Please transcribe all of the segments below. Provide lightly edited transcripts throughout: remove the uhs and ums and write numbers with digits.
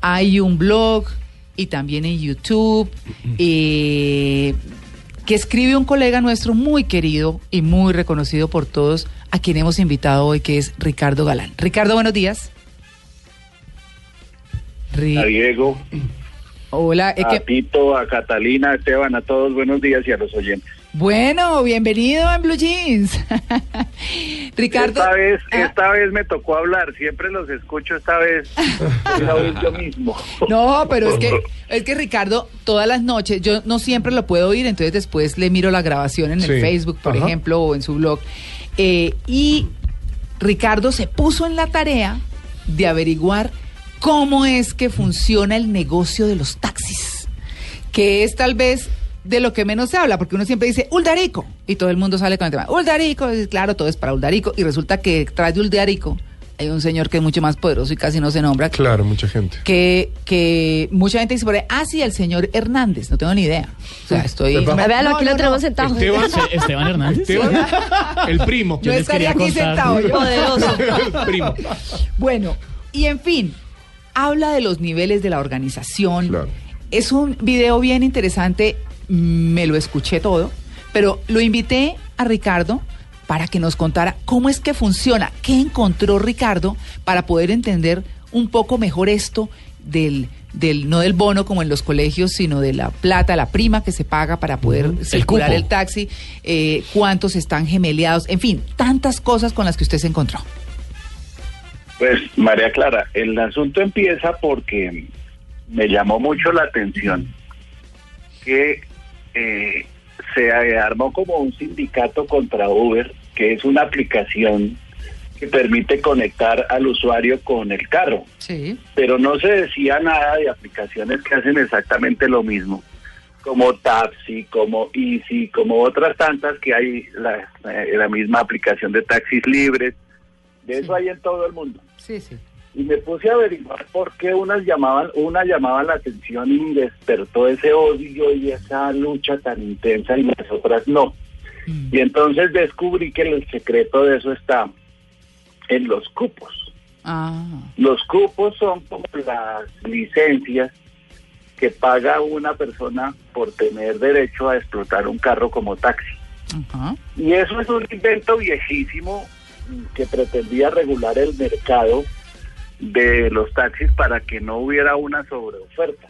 hay un blog y también en YouTube que escribe un colega nuestro muy querido y muy reconocido por todos, a quien hemos invitado hoy, que es Ricardo Galán. Ricardo, buenos días. A Diego, hola, a Tito, a Catalina, a Esteban, a todos buenos días y a los oyentes. Bueno, bienvenido en Blue Jeans. Ricardo. Esta vez me tocó hablar, siempre los escucho, esta vez la oí yo mismo. No, pero es que Ricardo, todas las noches, yo no siempre lo puedo oír, entonces después le miro la grabación en el Facebook, por ejemplo, o en su blog. Y Ricardo se puso en la tarea de averiguar cómo es que funciona el negocio de los taxis, que es tal vez de lo que menos se habla, porque uno siempre dice Uldarico, y todo el mundo sale con el tema Uldarico, claro, todo es para Uldarico, y resulta que detrás de Uldarico hay un señor que es mucho más poderoso y casi no se nombra. Claro, mucha gente. Que mucha gente dice por ahí, sí, el señor Hernández, no tengo ni idea. O sea, Véalo, aquí lo tenemos sentado. Esteban Hernández. El primo. Yo estaría aquí sentado, yo. Poderoso. El primo. Bueno, y en fin, habla de los niveles de la organización. Claro. Es un video bien interesante, me lo escuché todo, pero lo invité a Ricardo para que nos contara cómo es que funciona, qué encontró Ricardo para poder entender un poco mejor esto no del bono como en los colegios, sino de la plata, la prima que se paga para poder circular el taxi, cuántos están gemeleados, en fin, tantas cosas con las que usted se encontró. Pues, María Clara, el asunto empieza porque me llamó mucho la atención que se armó como un sindicato contra Uber, que es una aplicación que permite conectar al usuario con el carro. Sí. Pero no se decía nada de aplicaciones que hacen exactamente lo mismo, como Tapsi, como Easy, como otras tantas que hay, la misma aplicación de taxis libres. De eso hay en todo el mundo. Sí, sí. Y me puse a averiguar por qué una llamaba la atención y despertó ese odio y esa lucha tan intensa y las otras no. Y entonces descubrí que el secreto de eso está en los cupos. Los cupos son como las licencias que paga una persona por tener derecho a explotar un carro como taxi. Y eso es un invento viejísimo que pretendía regular el mercado de los taxis para que no hubiera una sobreoferta.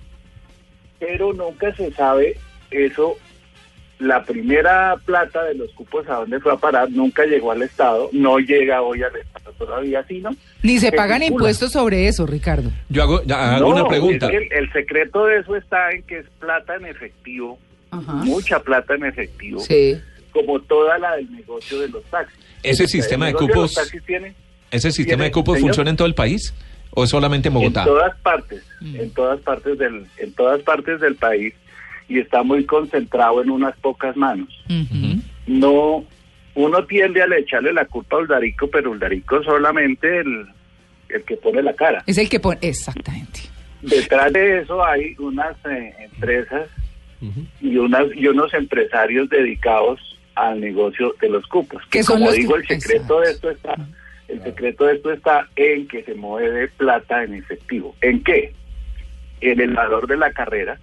Pero nunca se sabe eso. La primera plata de los cupos, ¿a dónde fue a parar? Nunca llegó al Estado, no llega hoy al Estado todavía, sino... Ni se pagan impuestos sobre eso, Ricardo. Yo hago una pregunta. Es que el secreto de eso está en que es plata en efectivo, mucha plata en efectivo, como toda la del negocio de los taxis. ¿Ese sistema de cupos funciona en todo el país o solamente en Bogotá? En todas partes del país, y está muy concentrado en unas pocas manos. No, uno tiende a echarle la culpa a Uldarico, pero Uldarico es solamente el que pone la cara. Es el que pone, exactamente. Detrás de eso hay unas empresas y unos empresarios dedicados al negocio de los cupos. Que como digo, el secreto de esto está... El secreto de esto está en que se mueve plata en efectivo. ¿En qué? En el valor de la carrera,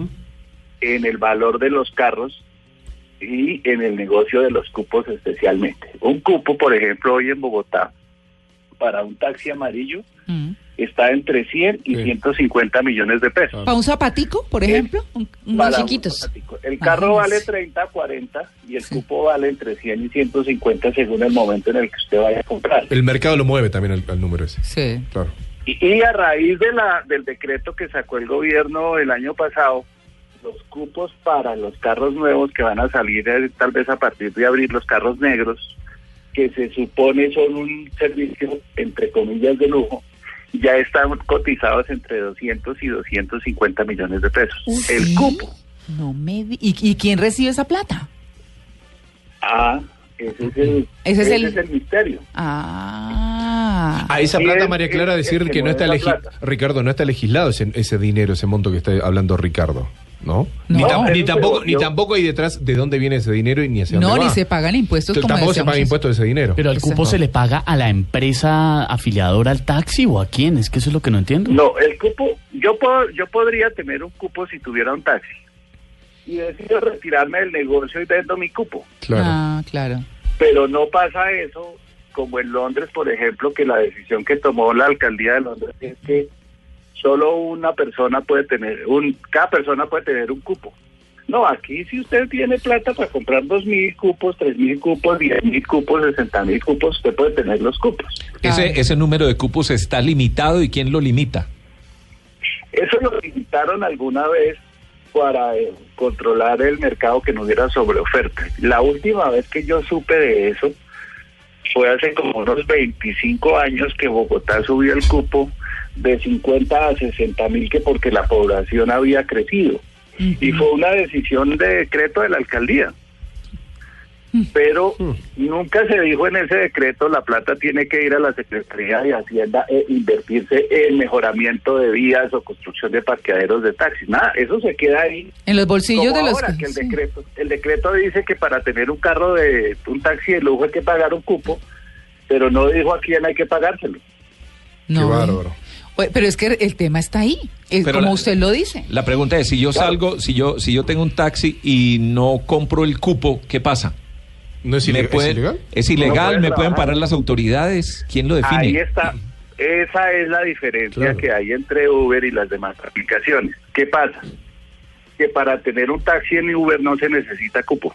en el valor de los carros y en el negocio de los cupos especialmente. Un cupo, por ejemplo, hoy en Bogotá, para un taxi amarillo, está entre 100 y 150 millones de pesos. ¿Para un zapatico, por ejemplo? Unos chiquitos. El carro vale 30, 40 y el cupo vale entre 100 y 150 según el momento en el que usted vaya a comprar. El mercado lo mueve también al número ese. Sí. Claro. Y a raíz del decreto que sacó el gobierno el año pasado, los cupos para los carros nuevos que van a salir tal vez a partir de abril, los carros negros, que se supone son un servicio, entre comillas, de lujo, ya están cotizados entre 200 y 250 millones de pesos. ¿Sí? El cupo. ¿Y quién recibe esa plata? Ese es el misterio. A esa plata, María Clara, decir que no está Ricardo, no está legislado ese dinero, ese monto que está hablando Ricardo. ¿no? No. Ni tampoco hay detrás de dónde viene ese dinero y ni hacia dónde va. No, ni se pagan impuestos. Como tampoco se pagan impuestos de ese dinero. Pero el cupo se le paga a la empresa afiliadora al taxi o a quién, es que eso es lo que no entiendo. No, el cupo, yo podría tener un cupo si tuviera un taxi y decido retirarme del negocio y vendo mi cupo. Claro. Ah, claro. Pero no pasa eso como en Londres, por ejemplo, que la decisión que tomó la alcaldía de Londres es que solo una persona puede tener, cada persona puede tener un cupo. No, aquí si usted tiene plata para comprar 2.000 cupos, 3.000 cupos, 10.000 cupos, 60.000 cupos, usted puede tener los cupos. Ese número de cupos está limitado, ¿y quién lo limita? Eso lo limitaron alguna vez para controlar el mercado, que no hubiera sobreoferta. La última vez que yo supe de eso fue hace como unos 25 años que Bogotá subió el cupo de 50 a 60.000, que porque la población había crecido. Y fue una decisión de decreto de la alcaldía. Pero nunca se dijo en ese decreto la plata tiene que ir a la Secretaría de Hacienda e invertirse en mejoramiento de vías o construcción de parqueaderos de taxis. Nada, eso se queda ahí. En los bolsillos de los... Ahora que el decreto dice que para tener un carro un taxi de lujo hay que pagar un cupo, pero no dijo a quién hay que pagárselo. No. Qué bárbaro. Pero es que el tema está ahí, como usted lo dice. La pregunta es, si yo salgo, si yo tengo un taxi y no compro el cupo, ¿qué pasa? ¿No es ilegal? ¿Es ilegal? No ¿Me pueden parar las autoridades? ¿Quién lo define? Ahí está. Esa es la diferencia que hay entre Uber y las demás aplicaciones. ¿Qué pasa? Que para tener un taxi en Uber no se necesita cupo.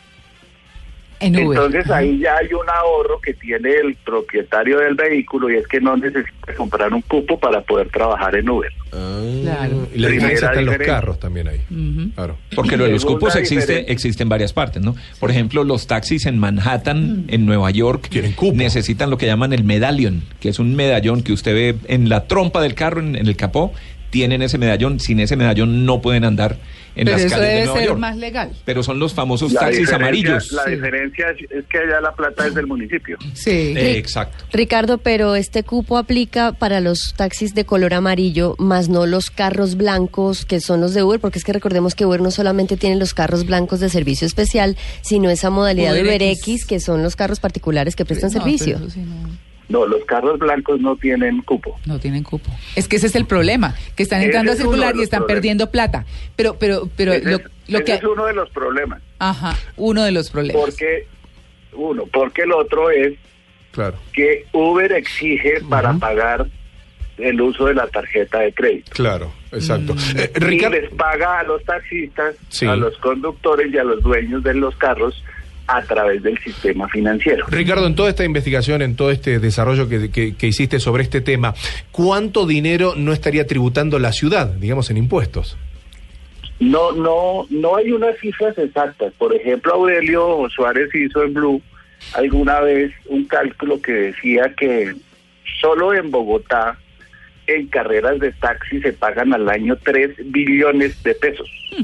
En Uber. Entonces ahí ya hay un ahorro que tiene el propietario del vehículo, y es que no necesita comprar un cupo para poder trabajar en Uber. Claro. Y la diferencia está en los carros también ahí. Claro. Porque lo de los cupos Segunda existe en varias partes, ¿no? Por ejemplo, los taxis en Manhattan, en Nueva York, tienen cupo. Necesitan lo que llaman el medallion, que es un medallón que usted ve en la trompa del carro, en el capó. Tienen ese medallón, sin ese medallón no pueden andar en las calles de Nueva York. Pero eso debe ser más legal. Pero son los famosos taxis amarillos. La diferencia es que allá la plata es del municipio. Sí. Exacto. Ricardo, pero este cupo aplica para los taxis de color amarillo, más no los carros blancos que son los de Uber, porque es que recordemos que Uber no solamente tiene los carros blancos de servicio especial, sino esa modalidad de UberX, que son los carros particulares que prestan servicio. No, los carros blancos no tienen cupo. No tienen cupo. Es que ese es el problema, que están entrando a circular y están perdiendo plata. Pero ese es uno de los problemas. Ajá, uno de los problemas. Porque el otro es que Uber exige para pagar el uso de la tarjeta de crédito. Claro, exacto. Ricardo, y les paga a los taxistas, a los conductores y a los dueños de los carros a través del sistema financiero. Ricardo, en toda esta investigación, en todo este desarrollo que hiciste sobre este tema, ¿cuánto dinero no estaría tributando la ciudad, digamos, en impuestos? No hay unas cifras exactas. Por ejemplo, Aurelio Suárez hizo en Blue alguna vez un cálculo que decía que solo en Bogotá, en carreras de taxi, se pagan al año 3 billones de pesos.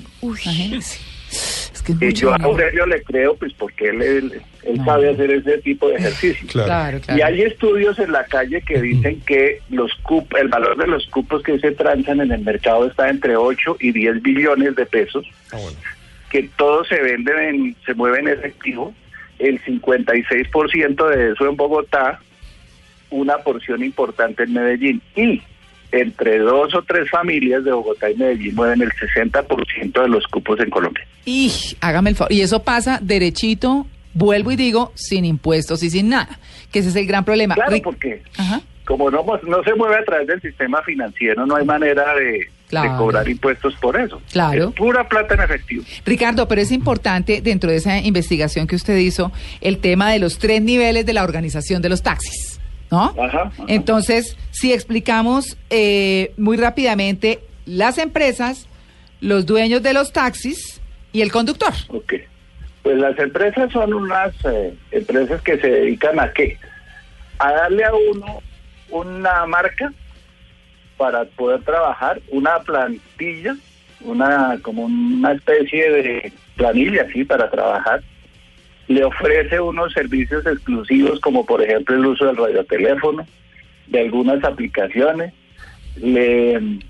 Yo a Aurelio le creo, pues porque él sabe hacer ese tipo de ejercicio. Claro. Y hay estudios en la calle que dicen que el valor de los cupos que se transan en el mercado está entre 8 y 10 billones de pesos, que todos se mueven en efectivo, el 56% de eso en Bogotá, una porción importante en Medellín, y entre 2 o 3 familias de Bogotá y Medellín mueven el 60% de los cupos en Colombia. Y hágame el favor, y eso pasa derechito, vuelvo y digo, sin impuestos y sin nada, que ese es el gran problema. Claro, porque como no se mueve a través del sistema financiero, no hay manera de cobrar impuestos por eso. Claro. Es pura plata en efectivo. Ricardo, pero es importante dentro de esa investigación que usted hizo, el tema de los 3 niveles de la organización de los taxis, ¿no? Ajá. Entonces, si explicamos muy rápidamente, las empresas, los dueños de los taxis y el conductor. Ok. Pues las empresas son unas empresas que se dedican ¿a qué? A darle a uno una marca para poder trabajar, una plantilla, como una especie de planilla, sí, para trabajar. Le ofrece unos servicios exclusivos, como por ejemplo el uso del radioteléfono, de algunas aplicaciones. Le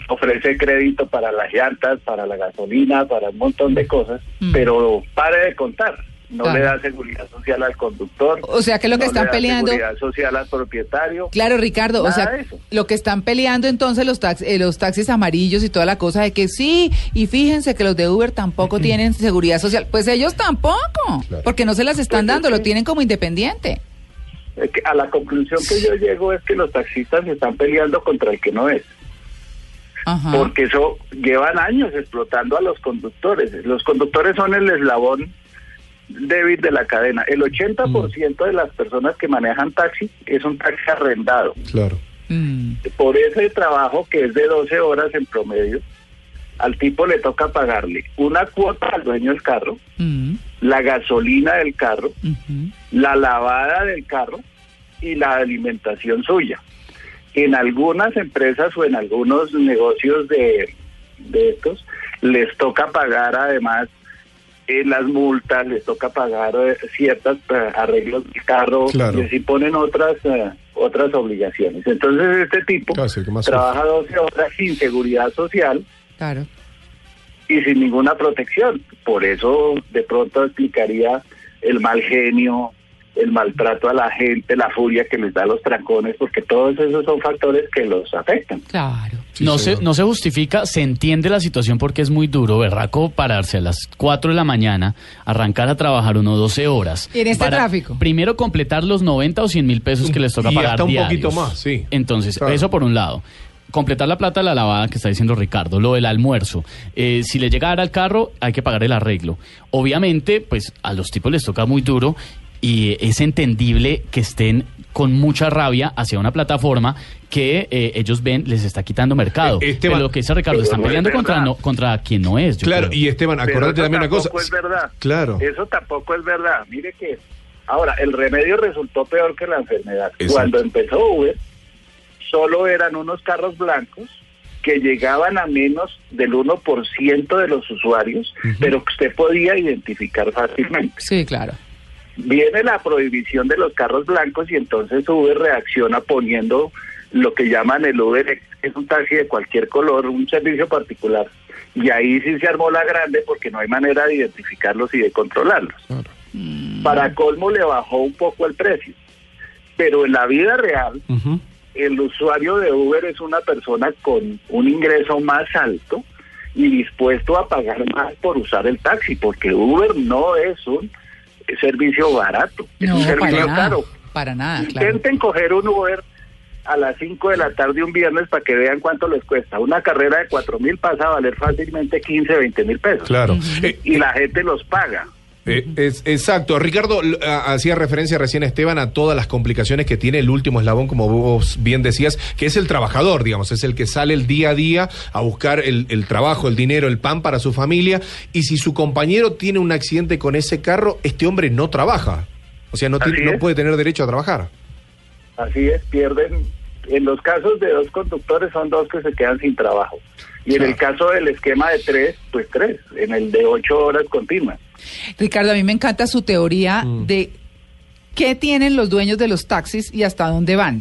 ofrece crédito para las llantas, para la gasolina, para un montón de cosas, pero pare de contar. No le da seguridad social al conductor. O sea que lo que están peleando. Seguridad social al propietario. Claro, Ricardo, o sea, lo que están peleando entonces los taxis amarillos y toda la cosa de que sí, y fíjense que los de Uber tampoco tienen seguridad social. Pues ellos tampoco, porque no se las están dando, lo tienen como independiente. A la conclusión que yo llego es que los taxistas se están peleando contra el que no es. Ajá. Porque eso llevan años explotando a los conductores. Los conductores son el eslabón débil de la cadena. El 80% de las personas que manejan taxi es un taxi arrendado. Claro. Por ese trabajo que es de 12 horas en promedio, al tipo le toca pagarle una cuota al dueño del carro, la gasolina del carro, la lavada del carro y la alimentación suya. En algunas empresas o en algunos negocios de estos les toca pagar además las multas, les toca pagar ciertos arreglos del carro, y así ponen otras obligaciones. Entonces este tipo trabaja 12 horas sin seguridad social y sin ninguna protección. Por eso de pronto explicaría el mal genio, el maltrato a la gente, la furia que les da los trancones, porque todos esos son factores que los afectan. Claro. Sí, no se justifica, se entiende la situación porque es muy duro, berraco, pararse a las 4 de la mañana, arrancar a trabajar 12 horas. ¿Y en este tráfico? Primero completar los 90 o 100 mil pesos que les toca pagar hasta un diarios. Poquito más, sí. Entonces, eso por un lado. Completar la plata de la lavada que está diciendo Ricardo, lo del almuerzo. Si le llega a dar al carro, hay que pagar el arreglo. Obviamente, pues a los tipos les toca muy duro y es entendible que estén con mucha rabia hacia una plataforma que ellos ven les está quitando mercado. Pero lo que dice Ricardo, están peleando contra quien no es. Claro, y Esteban, acordate también una cosa. Eso tampoco es verdad. Claro. Eso tampoco es verdad. Mire que ahora el remedio resultó peor que la enfermedad. Exacto. Cuando empezó Uber, solo eran unos carros blancos que llegaban a menos del 1% de los usuarios, pero que usted podía identificar fácilmente. Sí, claro. Viene la prohibición de los carros blancos y entonces Uber reacciona poniendo lo que llaman el Uber X, que es un taxi de cualquier color, un servicio particular. Y ahí sí se armó la grande porque no hay manera de identificarlos y de controlarlos. Claro. Para colmo le bajó un poco el precio. Pero en la vida real, el usuario de Uber es una persona con un ingreso más alto y dispuesto a pagar más por usar el taxi, porque Uber no es un servicio barato, es un servicio caro. Para nada, Intenten coger un Uber a las 5 de la tarde un viernes para que vean cuánto les cuesta. Una carrera de 4.000 pasa a valer fácilmente 15, 20 mil pesos. Claro. Y la gente los paga. Exacto. Ricardo hacía referencia recién, Esteban, a todas las complicaciones que tiene el último eslabón, como vos bien decías, que es el trabajador, digamos, es el que sale el día a día a buscar el trabajo, el dinero, el pan para su familia, y si su compañero tiene un accidente con ese carro, este hombre no trabaja, o sea, no puede tener derecho a trabajar. Así es, pierden, en los casos de 2 conductores son 2 que se quedan sin trabajo, y en el caso del esquema de 3, pues 3, en el de 8 horas continuas. Ricardo, a mí me encanta su teoría de qué tienen los dueños de los taxis y hasta dónde van.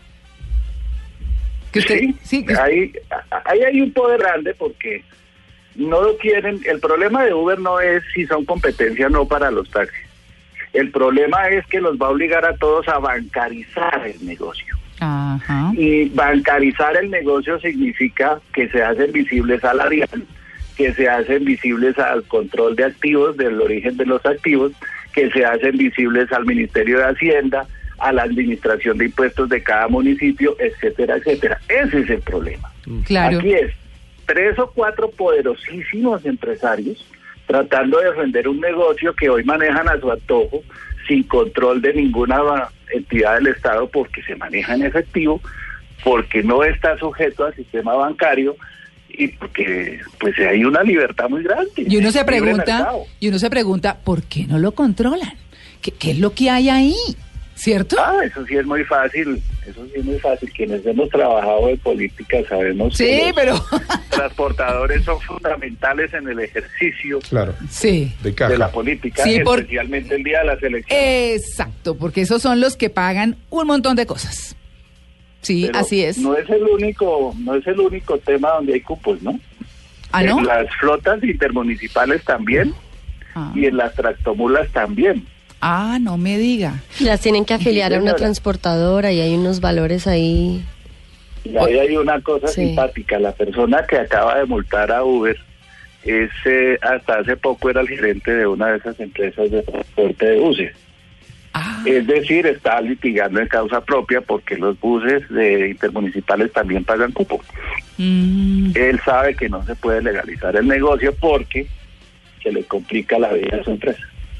Que usted, ahí hay un poder grande porque no lo quieren. El problema de Uber no es si son competencia o no para los taxis. El problema es que los va a obligar a todos a bancarizar el negocio. Ajá. Y bancarizar el negocio significa que se hacen visibles a la DIAN, que se hacen visibles al control de activos, del origen de los activos, que se hacen visibles al Ministerio de Hacienda, a la administración de impuestos de cada municipio, etcétera, etcétera. Ese es el problema. Claro. Aquí es 3 o 4 poderosísimos empresarios tratando de defender un negocio que hoy manejan a su antojo, sin control de ninguna entidad del Estado, porque se maneja en efectivo, porque no está sujeto al sistema bancario, y porque pues hay una libertad muy grande. Y uno se pregunta, ¿por qué no lo controlan? ¿Qué es lo que hay ahí? ¿Cierto? Eso sí es muy fácil. Quienes hemos trabajado en política sabemos que los transportadores son fundamentales en el ejercicio de la política, especialmente el día de las elecciones. Exacto, porque esos son los que pagan un montón de cosas. Sí, Pero así es. no es el único tema donde hay cupos, ¿no? ¿Ah, no? En las flotas intermunicipales también y en las tractomulas también. Ah, no me diga. Las tienen que afiliar Sí, a una señora. transportadora y hay unos valores ahí. Y ahí hay una cosa Sí. simpática. La persona que acaba de multar a Uber hasta hace poco era el gerente de una de esas empresas de transporte de buses. Es decir, está litigando en causa propia porque los buses intermunicipales también pagan cupo. Él sabe que no se puede legalizar el negocio porque se le complica la vida a su empresa.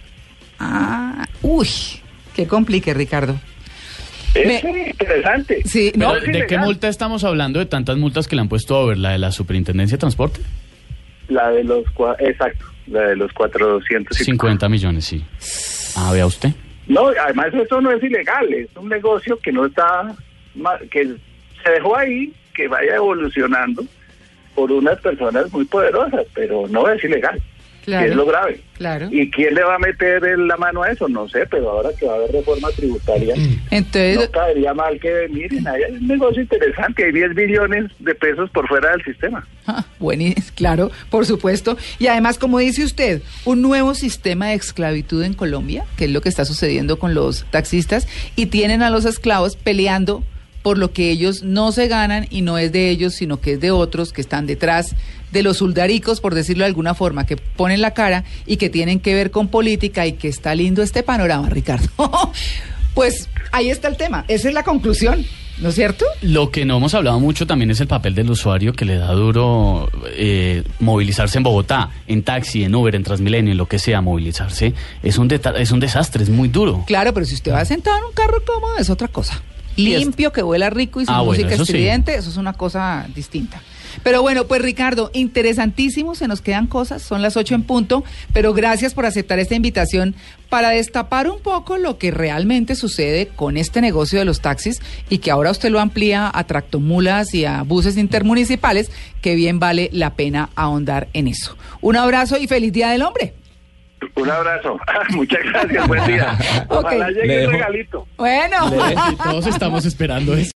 Uy, qué complique, Ricardo. Es interesante. Sí, Pero, no. ¿de qué multa estamos hablando? De tantas multas que le han puesto a Uber, la de la Superintendencia de Transporte. La de los 450 millones, sí. Vea usted. No, además eso no es ilegal, es un negocio que no está, que se dejó ahí, que vaya evolucionando por unas personas muy poderosas, pero no es ilegal, Claro, que es lo grave. Claro. ¿Y quién le va a meter la mano a eso? No sé, pero ahora que va a haber reforma tributaria, Entonces, no caería mal que, miren, ahí hay un negocio interesante, hay 10 billones de pesos por fuera del sistema. Buenísimo, claro, por supuesto. Y además, como dice usted, un nuevo sistema de esclavitud en Colombia, que es lo que está sucediendo con los taxistas, y tienen a los esclavos peleando por lo que ellos no se ganan y no es de ellos, sino que es de otros que están detrás de los suldaricos, por decirlo de alguna forma, que ponen la cara y que tienen que ver con política y que está lindo este panorama, Ricardo. Pues ahí está el tema, esa es la conclusión, ¿no es cierto? Lo que no hemos hablado mucho también es el papel del usuario, que le da duro movilizarse en Bogotá, en taxi, en Uber, en Transmilenio, en lo que sea, movilizarse. Es un desastre, es muy duro. Claro, pero si usted va sentado en un carro cómodo es otra cosa. Limpio, que vuela rico y sin música eso sí. estridente, eso es una cosa distinta. Pero bueno, pues Ricardo, interesantísimo, se nos quedan cosas, son las 8 en punto, pero gracias por aceptar esta invitación para destapar un poco lo que realmente sucede con este negocio de los taxis y que ahora usted lo amplía a tractomulas y a buses intermunicipales, que bien vale la pena ahondar en eso. Un abrazo y feliz Día del Hombre. Un abrazo. Muchas gracias, buen día. Ojalá Ok. llegue Le el dejo- regalito. Bueno. Todos estamos esperando eso.